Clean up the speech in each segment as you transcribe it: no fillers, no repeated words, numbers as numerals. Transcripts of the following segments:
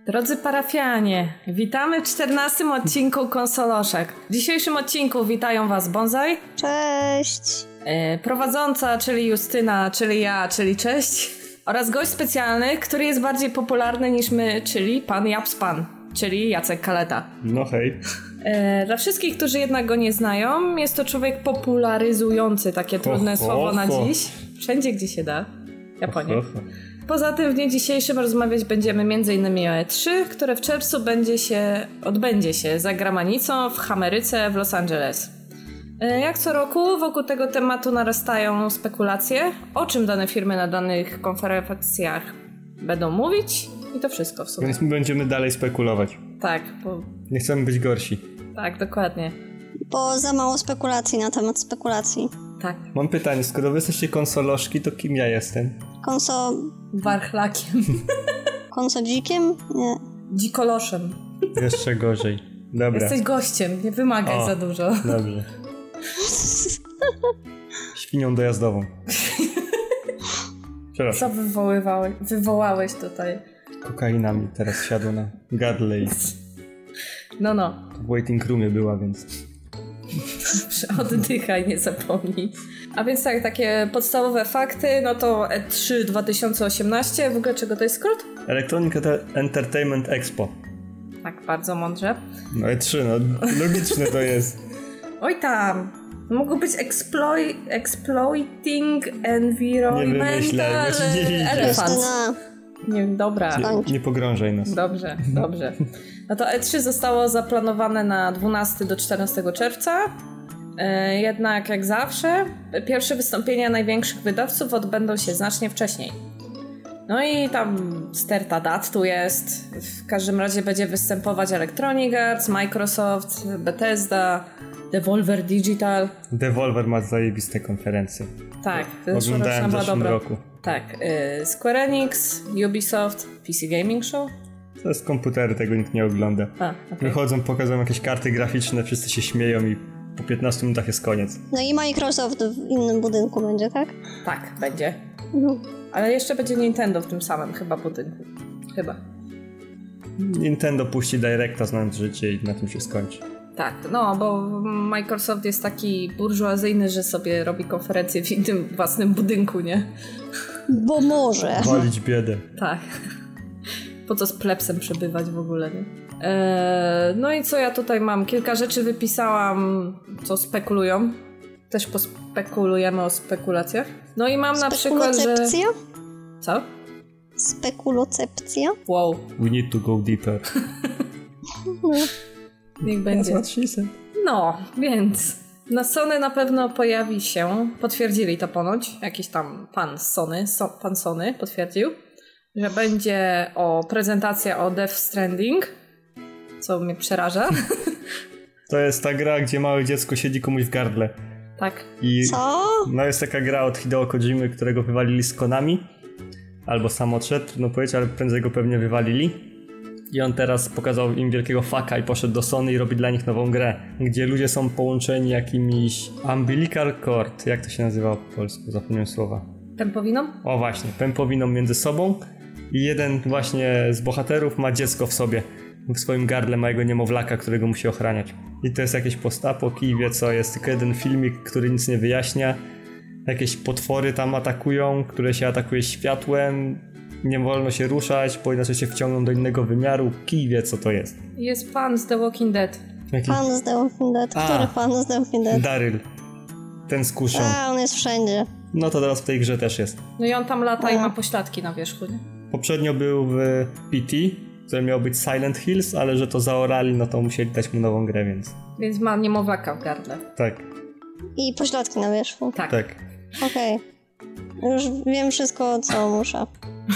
Drodzy parafianie, witamy w 14 odcinku Konsoloszek. W dzisiejszym odcinku witają Was Bonsai. Cześć. Prowadząca, czyli Justyna, czyli ja, czyli cześć. Oraz gość specjalny, który jest bardziej popularny niż my, czyli pan Japspan, czyli Jacek Kaleta. No hej. Dla wszystkich, którzy jednak go nie znają, jest to człowiek popularyzujący takie trudne słowo na dziś. Wszędzie, gdzie się da. Japonię. Poza tym w dniu dzisiejszym rozmawiać będziemy m.in. o E3, które w czerwcu odbędzie się za granicą w Ameryce w Los Angeles. Jak co roku wokół tego tematu narastają spekulacje, o czym dane firmy na danych konferencjach będą mówić i to wszystko w sumie. Więc my będziemy dalej spekulować. Tak, bo... Nie chcemy być gorsi. Tak, dokładnie. Bo za mało spekulacji na temat spekulacji. Tak. Mam pytanie, skoro wy jesteście konsoloszki, to kim ja jestem? Warchlakiem. Konsodzikiem? Nie. Dzikoloszem. Jeszcze gorzej. Dobra. Jesteś gościem, nie wymagaj za dużo. Dobrze. Świnią dojazdową. Co wywołałeś tutaj? Kokaina mi teraz siadła na gardle i No. w waiting roomie była, więc... Oddychaj, nie zapomnij. A więc tak, takie podstawowe fakty, no to E3 2018, w ogóle czego to jest skrót? Electronic Entertainment Expo. Tak, bardzo mądrze. No E3, no logiczne to jest. Oj tam, mogło być Exploiting Environmental Elephants. Nie wiem, dobra. Nie pogrążaj nas. Dobrze. No to E3 zostało zaplanowane na 12 do 14 czerwca. Jednak jak zawsze pierwsze wystąpienia największych wydawców odbędą się znacznie wcześniej. No i tam sterta dat tu jest. W każdym razie będzie występować Electronic Arts, Microsoft, Bethesda, Devolver Digital. Devolver ma zajebiste konferencje. Tak, oglądałem w zeszłym roku. Tak, Square Enix, Ubisoft, PC Gaming Show. To jest komputery, tego nikt nie ogląda. Okay. Wychodzą, pokazują jakieś karty graficzne, wszyscy się śmieją i po 15 minutach jest koniec. No i Microsoft w innym budynku będzie, tak? Tak, będzie. Ale jeszcze będzie Nintendo w tym samym chyba budynku. Chyba. Nintendo puści Directa, znając życie i na tym się skończy. Tak, no bo Microsoft jest taki burżuazyjny, że sobie robi konferencję w innym własnym budynku, nie? Bo może. Walić biedę. Tak. Po co z plebsem przebywać w ogóle, nie? No i co ja tutaj mam? Kilka rzeczy wypisałam, co spekulują. Też pospekulujemy o spekulacjach. No i mam na przykład, że... Co? Spekulocepcja? Wow. We need to go deeper. Niech będzie. No, więc na Sony na pewno pojawi się, potwierdzili to ponoć, jakiś tam pan Sony potwierdził, że będzie prezentacja o Death Stranding, co mnie przeraża. To jest ta gra, gdzie małe dziecko siedzi komuś w gardle. Tak. Co? No jest taka gra od Hideo Kojimy, którego wywalili z Konami. Albo sam odszedł, trudno powiedzieć, ale prędzej go pewnie wywalili. I on teraz pokazał im wielkiego faka i poszedł do Sony i robi dla nich nową grę, gdzie ludzie są połączeni jakimiś umbilical cord. Jak to się nazywa po polsku? Zapomniałem słowa. Pępowiną? O właśnie, pępowiną między sobą i jeden właśnie z bohaterów ma dziecko w sobie. W swoim gardle ma jego niemowlaka, którego musi ochraniać. I to jest jakieś post-apo, kij wie co, jest tylko jeden filmik, który nic nie wyjaśnia. Jakieś potwory tam atakują, które się atakuje światłem. Nie wolno się ruszać, bo inaczej się wciągną do innego wymiaru. Kij wie co to jest. Jest pan z The Walking Dead. Pan z The Walking Dead. Który pan z The Walking Dead? Daryl. Ten z kuszą. On jest wszędzie. No to teraz w tej grze też jest. No i on tam lata i ma pośladki na wierzchu, nie? Poprzednio był w PT, który miał być Silent Hills, ale że to zaorali, no to musieli dać mu nową grę, więc... Więc ma niemowlaka w gardle. Tak. I pośladki na wierzchu. Tak. Okej. Już wiem wszystko, co muszę.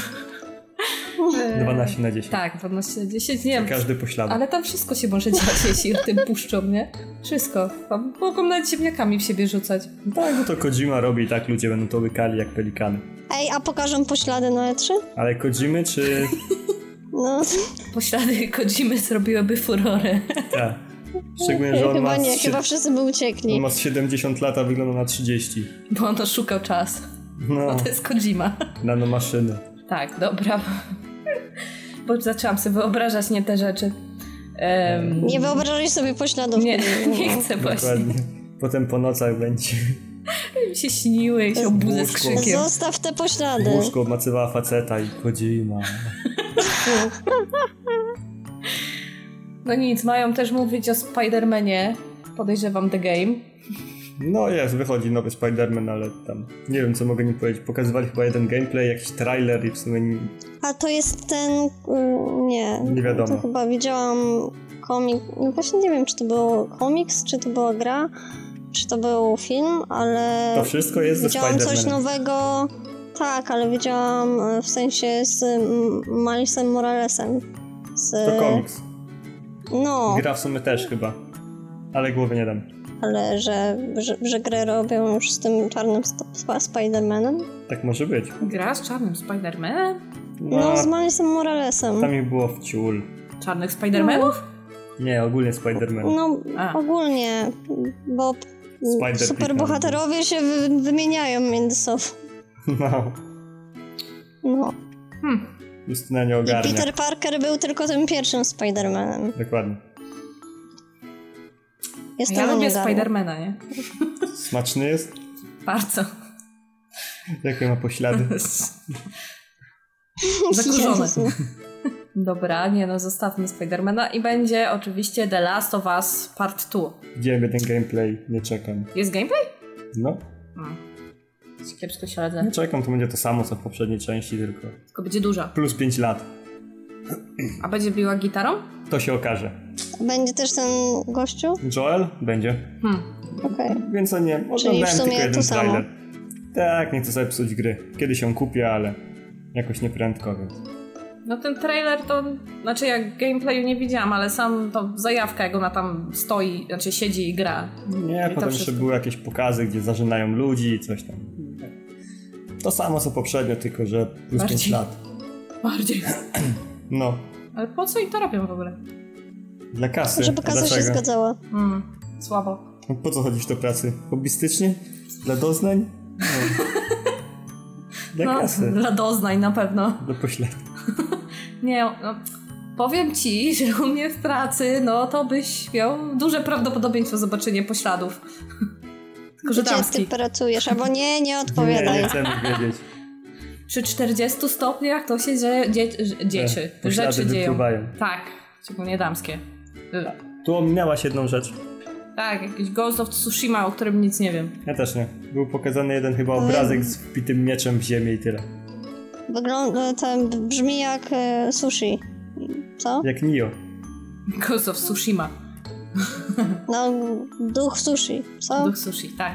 12/10. Tak, 12/10, nie wiem. Każdy pośladek. Ale tam wszystko się może dziać, jeśli o tym puszczą, nie? Wszystko. Mogą nawet ziemniakami w siebie rzucać. Tak, bo to Kojima robi i tak ludzie będą to łykali jak pelikany. Ej, a pokażę poślady na E3? Ale Kojimy czy... No. Poślady Kojimy zrobiłyby furorę. Tak. Szczególnie, że on chyba ma... nie, chyba wszyscy by uciekli. On ma 70 lat, a wygląda na 30. Bo on oszukał czas. No. Bo to jest Kojima. Nanomaszyny. Tak, dobra. bo zaczęłam sobie wyobrażać nie te rzeczy. Nie wyobrażaj sobie pośladów. Nie chcę właśnie. Dokładnie. Potem po nocach będzie Mi się śniły, się obudzę z krzykiem. Zostaw te poślady. w łóżku obmacywała faceta i godzina. No nic, mają też mówić o Spider-Manie. Podejrzewam The Game. No wychodzi nowy Spider-Man, ale tam nie wiem co mogę nim powiedzieć. Pokazywali chyba jeden gameplay, jakiś trailer i w sumie A to jest ten... Nie wiadomo. To chyba widziałam komik... No właśnie nie wiem, czy to był komiks, czy to była gra, czy to był film, ale... to wszystko jest ze widziałam Spider-Manem. coś nowego... Tak, ale widziałam w sensie z Milesem Moralesem. To komiks. No, Gra w sumie też chyba. Ale głowy nie dam. ale że grę robią już z tym czarnym Spider-Manem. Tak może być. Gra z czarnym Spider-Manem? No, z Milesem Moralesem. Tam ich było w ciul. Czarnych Spider-Manów? Nie, ogólnie Spider-Man. No, ogólnie, bo Spider-Pig superbohaterowie się wymieniają między sobą. No, No. Justyna nie I ogarnia. Peter Parker był tylko tym pierwszym Spider-Manem. Dokładnie. Jest Ja to lubię niegarne. Spider-Mana, nie? Smaczny jest? Bardzo. Jakie ma poślady? Zakurzone. Jezus. Dobra, nie no, zostawmy Spider-Mana i będzie oczywiście The Last of Us Part 2. Widziałem jeden gameplay, nie czekam. Jest gameplay? No, Kiepsko śledzę. nie czekam, to będzie to samo co w poprzedniej części, Tylko będzie duża. plus 5 lat. A będzie biła gitarą? To się okaże. Będzie też ten gościu? Joel? Będzie. Okej. Więc nie, Czyli w oglądałem sumie tylko jeden to samo. trailer. Tak, nie chcę sobie psuć gry. Kiedyś ją kupię, ale jakoś nie prędko, więc... No ten trailer to... Znaczy ja gameplayu nie widziałam, ale sam to zajawka, jak ona tam stoi, znaczy siedzi i gra. Nie, I to potem jeszcze wszystko. były jakieś pokazy, gdzie zażynają ludzi i coś tam. To samo co poprzednio, tylko że plus 5 Bardziej. lat. Bardziej. No, Ale po co i to robią w ogóle? dla kasy. Żeby kasa się Dlaczego? zgadzała. Słabo. No, po co chodzisz do pracy? Hobbystycznie? Dla doznań? No. Dla kasy. Dla doznań na pewno. Dla pośladu. Nie, no, powiem ci, że u mnie w pracy, no to byś miał duże prawdopodobieństwo zobaczenia pośladów. Tylko, że Gdzie ty damskich. pracujesz? Albo nie Nie, odpowiadaj. nie chcemy wiedzieć. Przy 40 stopniach to się rzeczy Poślady dzieją. wypływają. Tak, szczególnie damskie. Tu ominęłaś jedną rzecz. Tak, jakiś Ghost of Tsushima, o którym nic nie wiem. Ja też nie. Był pokazany jeden chyba obrazek z wbitym mieczem w ziemię i tyle. Wygląda, to brzmi jak sushi. Co? Jak Nio. Ghost of Tsushima. No, duch sushi. Co? Duch sushi, tak.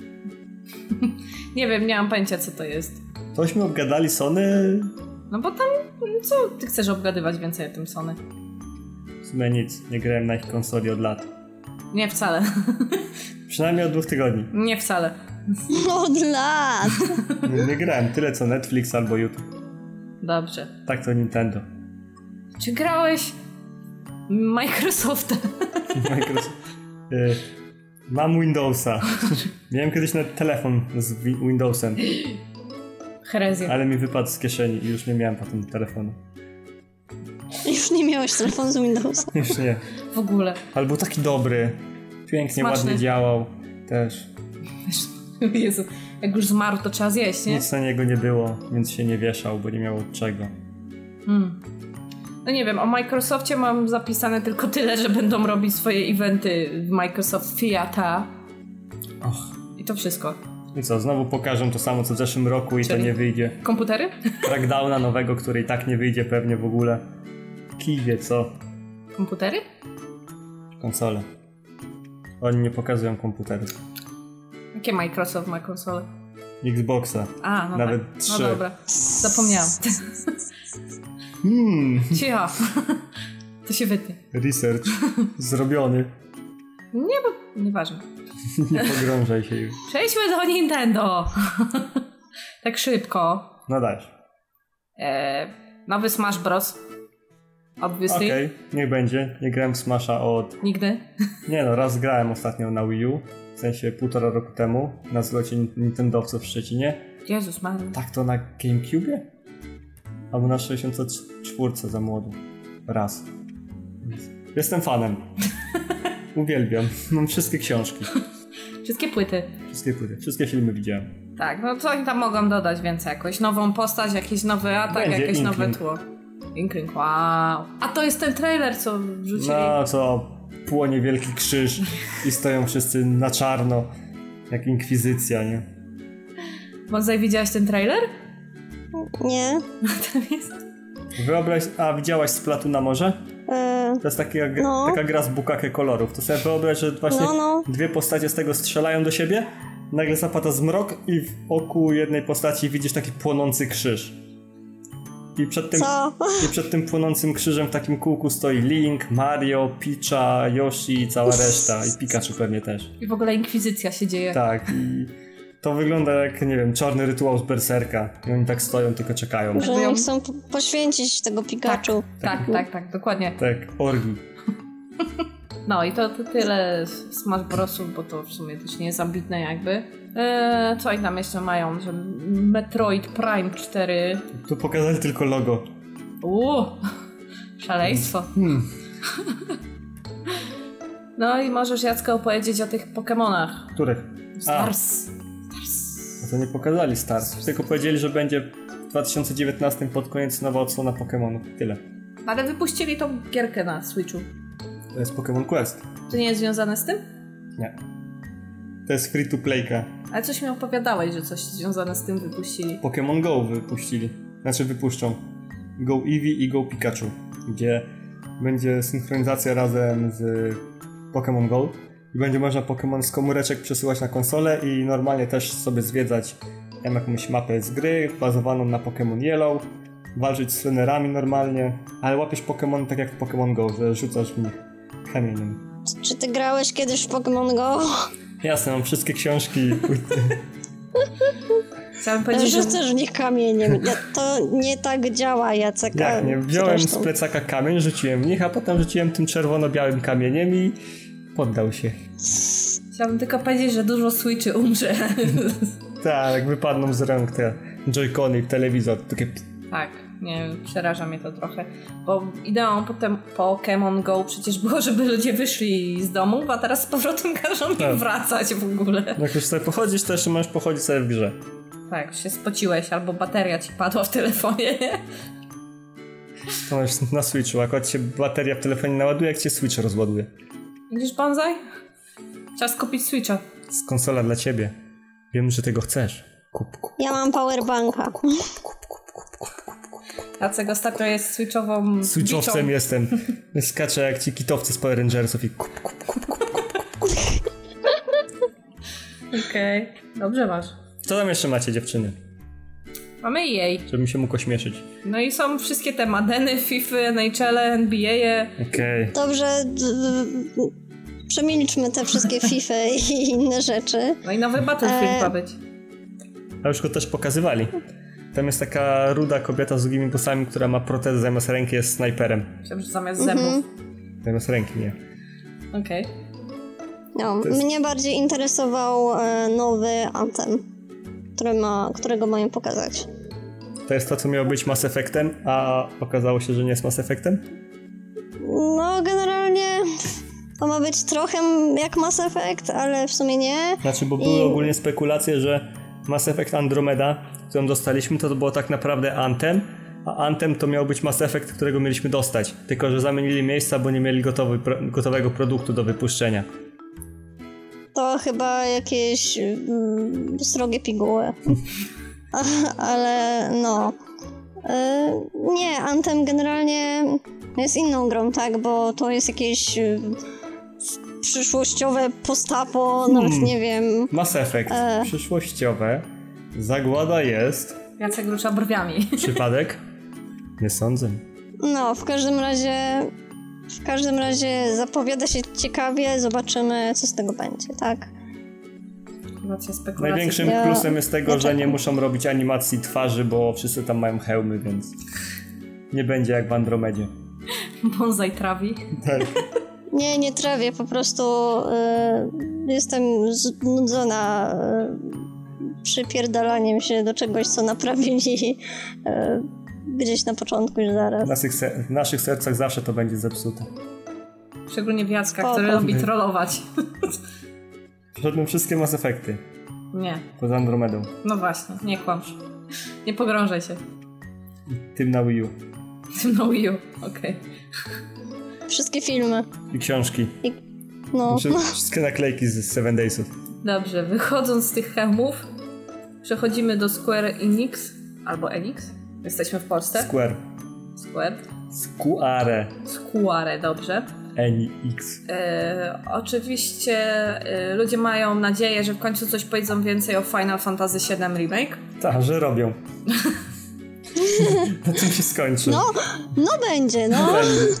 Nie wiem, nie mam pojęcia co to jest. Tośmy obgadali Sony. No bo tam, co ty chcesz obgadywać więcej o tym Sony? W sumie nic. Nie grałem na ich konsoli od lat. Nie wcale. Przynajmniej od 2 tygodni. Nie wcale. Od lat! Nie grałem tyle co Netflix albo YouTube. Dobrze. Tak to Nintendo. Czy grałeś Microsoftem? Microsoft. Mam Windowsa. Miałem kiedyś nawet telefon z Windowsem, Herezja. ale mi wypadł z kieszeni i już nie miałem potem telefonu. Już nie miałeś telefonu z Windowsa. Już nie. W ogóle. Ale był taki dobry. Pięknie, Smaczny. ładnie działał. Też. Jezu, jak już zmarł, to trzeba zjeść, nie? Nic na niego nie było, więc się nie wieszał, bo nie miał od czego. No nie wiem, o Microsoftie mam zapisane tylko tyle, że będą robić swoje eventy w Microsoft Theater. Och. I to wszystko. I co, znowu pokażę to samo co w zeszłym roku i Czyli? to nie wyjdzie. Komputery? Crackdowna nowego, który i tak nie wyjdzie pewnie w ogóle. Kij wie co. Komputery? Konsole. Oni nie pokazują komputerów. Jakie Microsoft ma konsole? Xboxa. A, no Nawet tak. 3. No dobra, zapomniałam. Cicho. To się wytnie. Research zrobiony. Nie, bo nieważne. Nie pogrążaj się już. Przejdźmy do Nintendo. Tak szybko. No dajesz. Nowy Smash Bros. Obviously. Okej, niech będzie. Nie grałem w Smasha od... Nigdy. Nie no, raz grałem ostatnio na Wii U. W sensie 1,5 roku temu. Na zlocie Nintendowców w Szczecinie. Jezus Maria. Tak to na GameCube? albo na 64 za młodo. Raz. Jestem fanem. Uwielbiam. Mam wszystkie książki. Wszystkie płyty. Wszystkie filmy widziałem. Tak, no co oni tam mogą dodać więcej? Jakąś nową postać, jakiś nowy atak, Będzie jakieś Inkling. nowe tło. Inkling, wow. A to jest ten trailer, co wrzucili. No co, płonie wielki krzyż i stoją wszyscy na czarno, jak inkwizycja, nie? Bonsai, widziałaś ten trailer? Nie. Tam jest... Wyobraź, a widziałaś Splatoon na morze? To jest taka gra z bukakę kolorów. To sobie wyobraź, że właśnie dwie postacie z tego strzelają do siebie, nagle zapada zmrok i wokół jednej postaci widzisz taki płonący krzyż. I przed tym płonącym krzyżem w takim kółku stoi Link, Mario, Peacha, Yoshi i cała reszta. I Pikachu pewnie też. I w ogóle inkwizycja się dzieje. Tak, i to wygląda jak, nie wiem, czarny rytuał z Berserka. I oni tak stoją, tylko czekają. Że oni chcą poświęcić tego Pikachu. Tak, dokładnie. Tak, orgi. No i to tyle z Smash Brosów, bo to w sumie też nie jest ambitne jakby. Co oni tam jeszcze mają? Że Metroid Prime 4. Tu pokazali tylko logo. Szaleństwo. No i możesz, Jacko, opowiedzieć o tych Pokemonach. Których? Stars. No to nie pokazali Stars. Tylko powiedzieli, że będzie w 2019 pod koniec nowa odsłona Pokemonów. Tyle. Ale wypuścili tą gierkę na Switchu. To jest Pokémon Quest. To nie jest związane z tym? Nie. To jest free to playka. Ale coś mi opowiadałeś, że coś związane z tym wypuścili. Pokémon Go wypuścili. Znaczy wypuszczą. Go Eevee i Go Pikachu. Gdzie będzie synchronizacja razem z Pokémon Go. I będzie można Pokémon z komóreczek przesyłać na konsolę i normalnie też sobie zwiedzać jakąś mapę z gry bazowaną na Pokémon Yellow. Walczyć z trenerami normalnie. Ale łapiesz Pokémon tak jak w Pokémon Go, że rzucasz w nich kamieniem. Czy ty grałeś kiedyś w Pokémon Go? Jasne, mam wszystkie książki i płyty. Chciałam powiedzieć, że... Rzucasz w nich kamieniem. To nie tak działa, Jacek. Jak nie? Wziąłem z plecaka kamień, rzuciłem w nich, a potem rzuciłem tym czerwono-białym kamieniem i poddał się. Chciałabym tylko powiedzieć, że dużo Switchy umrze. Tak, jak wypadną z rąk te joycony w telewizor. Takie... Tak, nie wiem, przeraża mnie to trochę. Bo ideą potem Pokémon Go przecież było, żeby ludzie wyszli z domu, a teraz z powrotem każą im wracać w ogóle. Jak już sobie pochodzisz, to jeszcze możesz pochodzić sobie w grze. Tak, się spociłeś albo bateria ci padła w telefonie. To masz na Switchu, akurat się bateria w telefonie naładuje, jak cię Switch rozładuje. Widzisz, Bonsai? Czas kupić Switcha. Z konsola dla ciebie. Wiem, że tego chcesz. Kup. Ja mam powerbanka. Jacek ostatnio jest switchową Switchowcem biczą. jestem. Skaczę jak ci kitowcy z Power Rangersów i kup. Okej, dobrze masz. Co tam jeszcze macie, dziewczyny? Mamy jej. Żebym się mógł ośmieszyć. No i są wszystkie te Madeny, FIFA, NHL, NBA. Okej. Dobrze, przemilczmy te wszystkie FIFA i inne rzeczy. No i nowy Battlefield ma być. A już go też pokazywali. Tam jest taka ruda kobieta z długimi włosami, która ma protezę zamiast ręki, jest snajperem. Myślałem, że zamiast zębów. Zamiast ręki, nie. Okej. No, jest... Mnie bardziej interesował nowy Anthem, którego mają pokazać. To jest to, co miało być Mass Effectem, a okazało się, że nie jest Mass Effectem? No, generalnie to ma być trochę jak Mass Effect, ale w sumie nie. Znaczy, bo były ogólnie spekulacje, że Mass Effect Andromeda, którą dostaliśmy, to było tak naprawdę Anthem, a Anthem to miał być Mass Effect, którego mieliśmy dostać. Tylko że zamienili miejsca, bo nie mieli gotowego produktu do wypuszczenia. To chyba jakieś srogie piguły. Ale no... nie, Anthem generalnie jest inną grą, tak? Bo to jest jakieś przyszłościowe postapo, nawet nie wiem... Mass Effect przyszłościowe. Zagłada jest... Jacek rusza brwiami. Przypadek? Nie sądzę. No, w każdym razie zapowiada się ciekawie, zobaczymy, co z tego będzie, tak? Największym plusem jest tego, że nie muszą robić animacji twarzy, bo wszyscy tam mają hełmy, więc nie będzie jak w Andromedzie. Bonsai trawi. Tak. Nie trawię, po prostu jestem znudzona przypierdalaniem się do czegoś, co naprawili gdzieś na początku już zaraz. W naszych sercach zawsze to będzie zepsute. Szczególnie w Jacka, który lubi trollować. Przeszedłem wszystkie Mass Effecty. Nie. Poza Andromedą. No właśnie, nie kłamsz. Nie pogrążaj się. Tym na Wii U. Tym na Wii U, okej. Wszystkie filmy. I książki. No. Wszystkie naklejki z Seven Daysów. Dobrze, wychodząc z tych hełmów, przechodzimy do Square Enix, albo Enix. Jesteśmy w Polsce. Square. Square, dobrze. Enix. Oczywiście ludzie mają nadzieję, że w końcu coś powiedzą więcej o Final Fantasy VII Remake. Tak, że robią. Na tym się skończy. No będzie, no.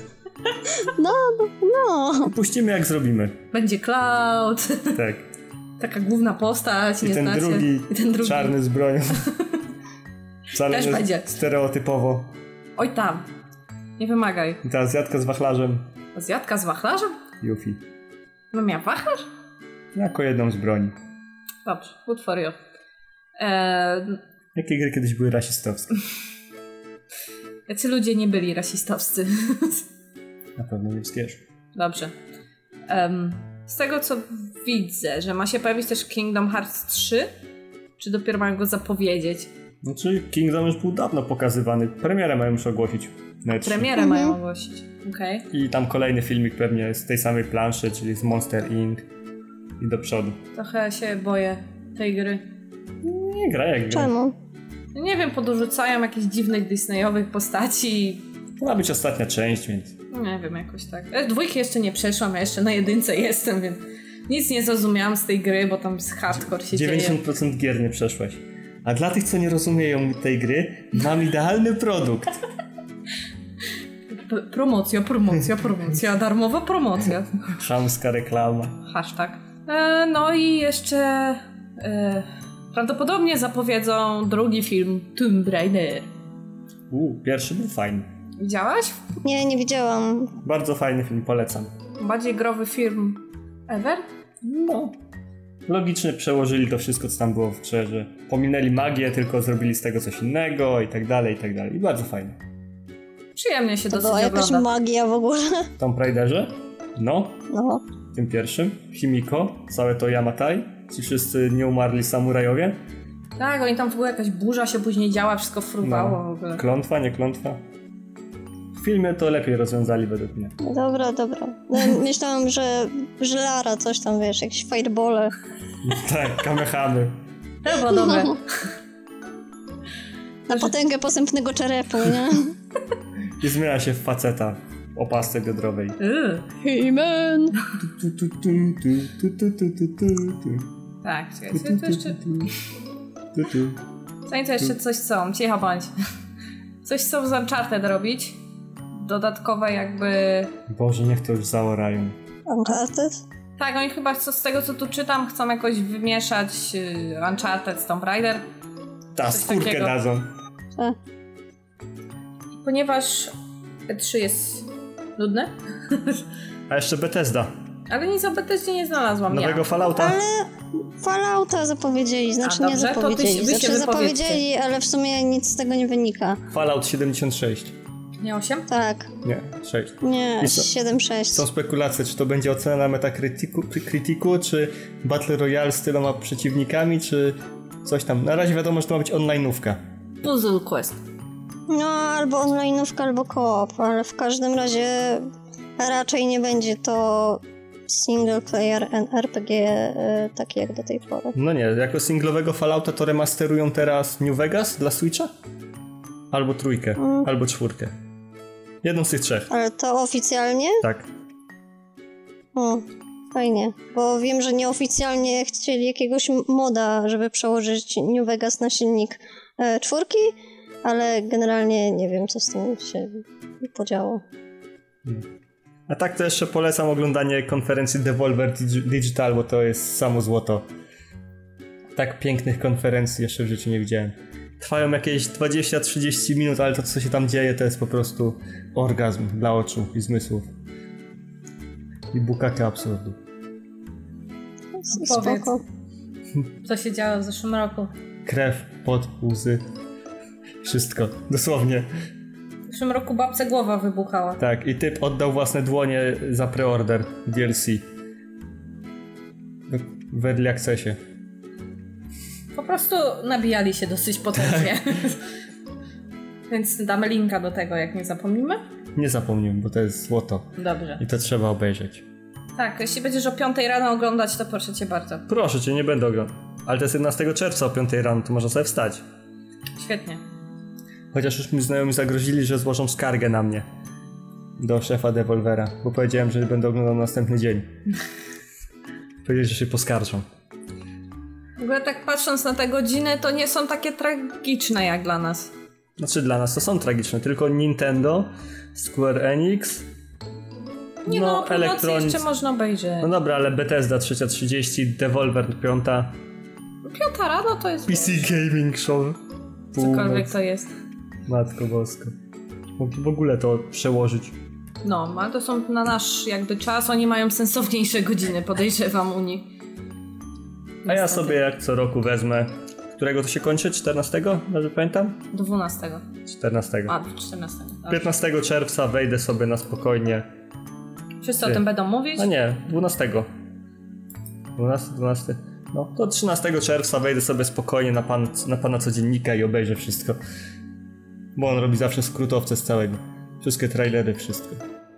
No. Puścimy jak zrobimy. Będzie Cloud. Tak. Taka główna postać, I nie ten znacie. drugi, I ten drugi. czarny z bronią. Wcale Też nie będzie. stereotypowo. Oj tam. Nie wymagaj. I ta Azjatka z wachlarzem. Azjatka z wachlarzem? Yuffie. No miała wachlarz? Jako jedną z broni. Dobrze, good for you. Jakie gry kiedyś były rasistowskie? Jacy ludzie nie byli rasistowscy. Na pewno nie wskierz. Dobrze. Z tego co widzę, że ma się pojawić też Kingdom Hearts 3? Czy dopiero mają go zapowiedzieć? Znaczy Kingdom już był dawno pokazywany. Premierę mają już ogłosić. Premierę mają ogłosić. Okej. I tam kolejny filmik pewnie z tej samej planszy, czyli z Monster Inc. I do przodu. Trochę się boję tej gry. Nie gra jak gra. Czemu? Nie wiem, podrzucają jakichś dziwnych Disneyowych postaci. To ma być ostatnia część, więc... Nie wiem, jakoś tak. Dwójki jeszcze nie przeszłam, ja jeszcze na jedynce jestem, więc nic nie zrozumiałam z tej gry, bo tam z hardcore się 90% dzieje. gier nie przeszłaś. A dla tych, co nie rozumieją tej gry, mam idealny produkt. Promocja, darmowa promocja. Chamska reklama. Hashtag. No i jeszcze prawdopodobnie zapowiedzą drugi film Tomb Raider. Pierwszy był fajny. Widziałaś? Nie widziałam. Bardzo fajny film, polecam. Bardziej growy film ever? No. Logicznie przełożyli to wszystko, co tam było w grze, że pominęli magię, tylko zrobili z tego coś innego i tak dalej, i tak dalej. I bardzo fajnie. Przyjemnie się To dosyć była jakaś ogląda. magia w ogóle. W Tomb Raiderze? No. Tym pierwszym. Himiko, całe to Yamatai. Ci wszyscy nie umarli samurajowie. Tak, oni tam w ogóle jakaś burza się później działa, wszystko fruwało w ogóle. Klątwa, nie klątwa. W filmie to lepiej rozwiązali według mnie. Dobra. No, myślałam, że Lara coś tam, wiesz, jakieś firebole. Tak, kamehamy. To było dobre. Na potęgę posępnego czerepu, nie? I zmienia się w faceta w opasce biodrowej. He-Man! Tak, czekajcie, to jeszcze... To jeszcze coś chcą, cicho bądź. Coś chcą z Uncharted robić. Dodatkowe jakby... Boże, niech to już zaorają. Uncharted? Tak, oni chyba z tego co tu czytam chcą jakoś wymieszać Uncharted z Tomb Raider. Ta skórkę takiego. dadzą. Ponieważ E3 jest nudne. A jeszcze Bethesda. Ale nic o Bethesdzie nie znalazłam. Nowego Fallouta? Ale Fallouta zapowiedzieli, znaczy A, nie dobrze, to zapowiedzieli. wy się Znaczy wypowiedzcie. zapowiedzieli, ale w sumie nic z tego nie wynika. Fallout 76. Nie 8? Tak. Nie, 6. Nie, I co? 7-6. Są spekulacje, czy to będzie ocena na Metacriticu, czy Battle Royale z tyloma przeciwnikami, czy coś tam. Na razie wiadomo, że to ma być online'ówka. Puzzle Quest. No, albo online'ówka, albo co-op, ale w każdym razie raczej nie będzie to single player RPG taki jak do tej pory. No nie, jako singlowego Fallouta to remasterują teraz New Vegas dla Switcha? Albo trójkę, albo czwórkę. Jedną z tych trzech. Ale to oficjalnie? Tak. O, fajnie, bo wiem, że nieoficjalnie chcieli jakiegoś moda, żeby przełożyć New Vegas na silnik czwórki, ale generalnie nie wiem, co z tym się podziało. A tak to jeszcze polecam oglądanie konferencji Devolver Digital, bo to jest samo złoto. Tak pięknych konferencji jeszcze w życiu nie widziałem. Trwają jakieś 20-30 minut, ale to co się tam dzieje to jest po prostu orgazm dla oczu i zmysłów. I bukaka absurdu. Spoko. Co się działo w zeszłym roku? Krew, pot, łzy. Wszystko, dosłownie. W zeszłym roku babce głowa wybuchała. Tak, i typ oddał własne dłonie za preorder DLC. W Early Accessie. Po prostu nabijali się dosyć potężnie. Więc damy linka do tego, jak nie zapomnimy. Nie zapomnimy, bo to jest złoto. Dobrze. I to trzeba obejrzeć. Tak, jeśli będziesz o 5 rano oglądać, to proszę cię bardzo. Proszę cię, nie będę oglądał. Ale to jest 11 czerwca o 5 rano, to można sobie wstać. Świetnie. Chociaż już mi znajomi zagrozili, że złożą skargę na mnie. Do szefa Devolvera, bo powiedziałem, że będę oglądał następny dzień. Powiedzieli, że się poskarżą. W ogóle tak patrząc na te godziny, to nie są takie tragiczne jak dla nas. Znaczy dla nas to są tragiczne, tylko Nintendo, Square Enix... Nie no, promocję jeszcze można obejrzeć. No dobra, ale Bethesda 3:30, Devolver 5. 5 rano to jest... PC Gaming Show. Cokolwiek to jest. Matko boska. Mogli w ogóle to przełożyć. No, ale to są na nasz jakby czas, oni mają sensowniejsze godziny, podejrzewam u nich. A ja sobie jak co roku wezmę... Którego to się kończy? 14? Dobrze pamiętam? 12. 14. A, 14. Dobrze. 15 czerwca wejdę sobie na spokojnie. Wszyscy o tym będą mówić? A nie, 12. 12. No, to 13 czerwca wejdę sobie spokojnie na pana codziennika i obejrzę wszystko. Bo on robi zawsze skrótowce z całego. Wszystkie trailery, wszystko.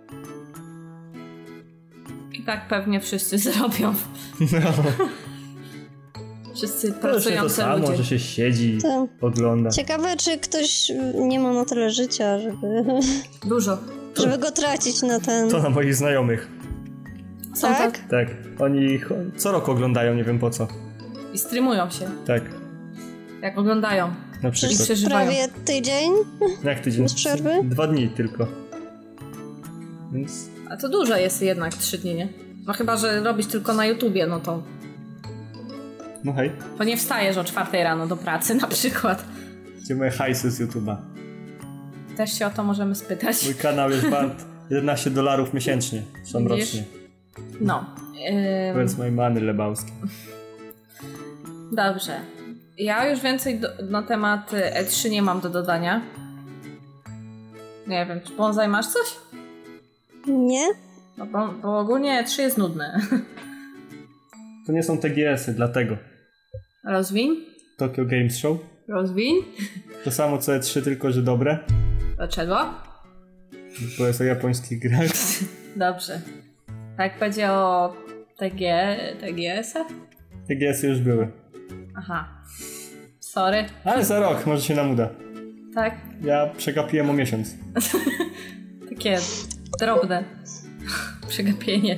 I tak pewnie wszyscy zrobią. No. Wszyscy To już nie to pracujący samo, ludzie. że się siedzi, Tak. ogląda. Ciekawe, czy ktoś nie ma na tyle życia, Dużo. żeby go tracić na ten... To na moich znajomych. Są Tak? Tak, oni co roku oglądają, nie wiem po co. I streamują się, Tak, jak oglądają. na I przykład. przeżywają. Prawie tydzień? Jak tydzień? Bez przerwy? 2 dni tylko. Więc... A to dużo jest jednak 3 dni, nie? No chyba, że robisz tylko na YouTubie, no to... No hej, To nie wstajesz o 4 rano do pracy na przykład. gdzie moje hajsy z YouTube'a? Też się o to możemy spytać. Mój kanał jest wart $11 miesięcznie, są Widzisz? rocznie. No. Więc mojej many lebowskie. Dobrze. Ja już więcej na temat E3 nie mam do dodania. Nie wiem, czy Bonsai masz coś? Nie? No bo ogólnie E3 jest nudne. To nie są TGS-y, dlatego. Rozwiń? Tokyo Games Show. Rozwiń? To samo co E3, tylko że dobre. Dlaczego? Bo jest o japońskich grach. Dobrze. Tak będzie o TGS-ach? TGS-y już były. Aha. Sorry. Ale za rok, może się nam uda. Tak? Ja przegapiłem o miesiąc. Takie drobne przegapienie.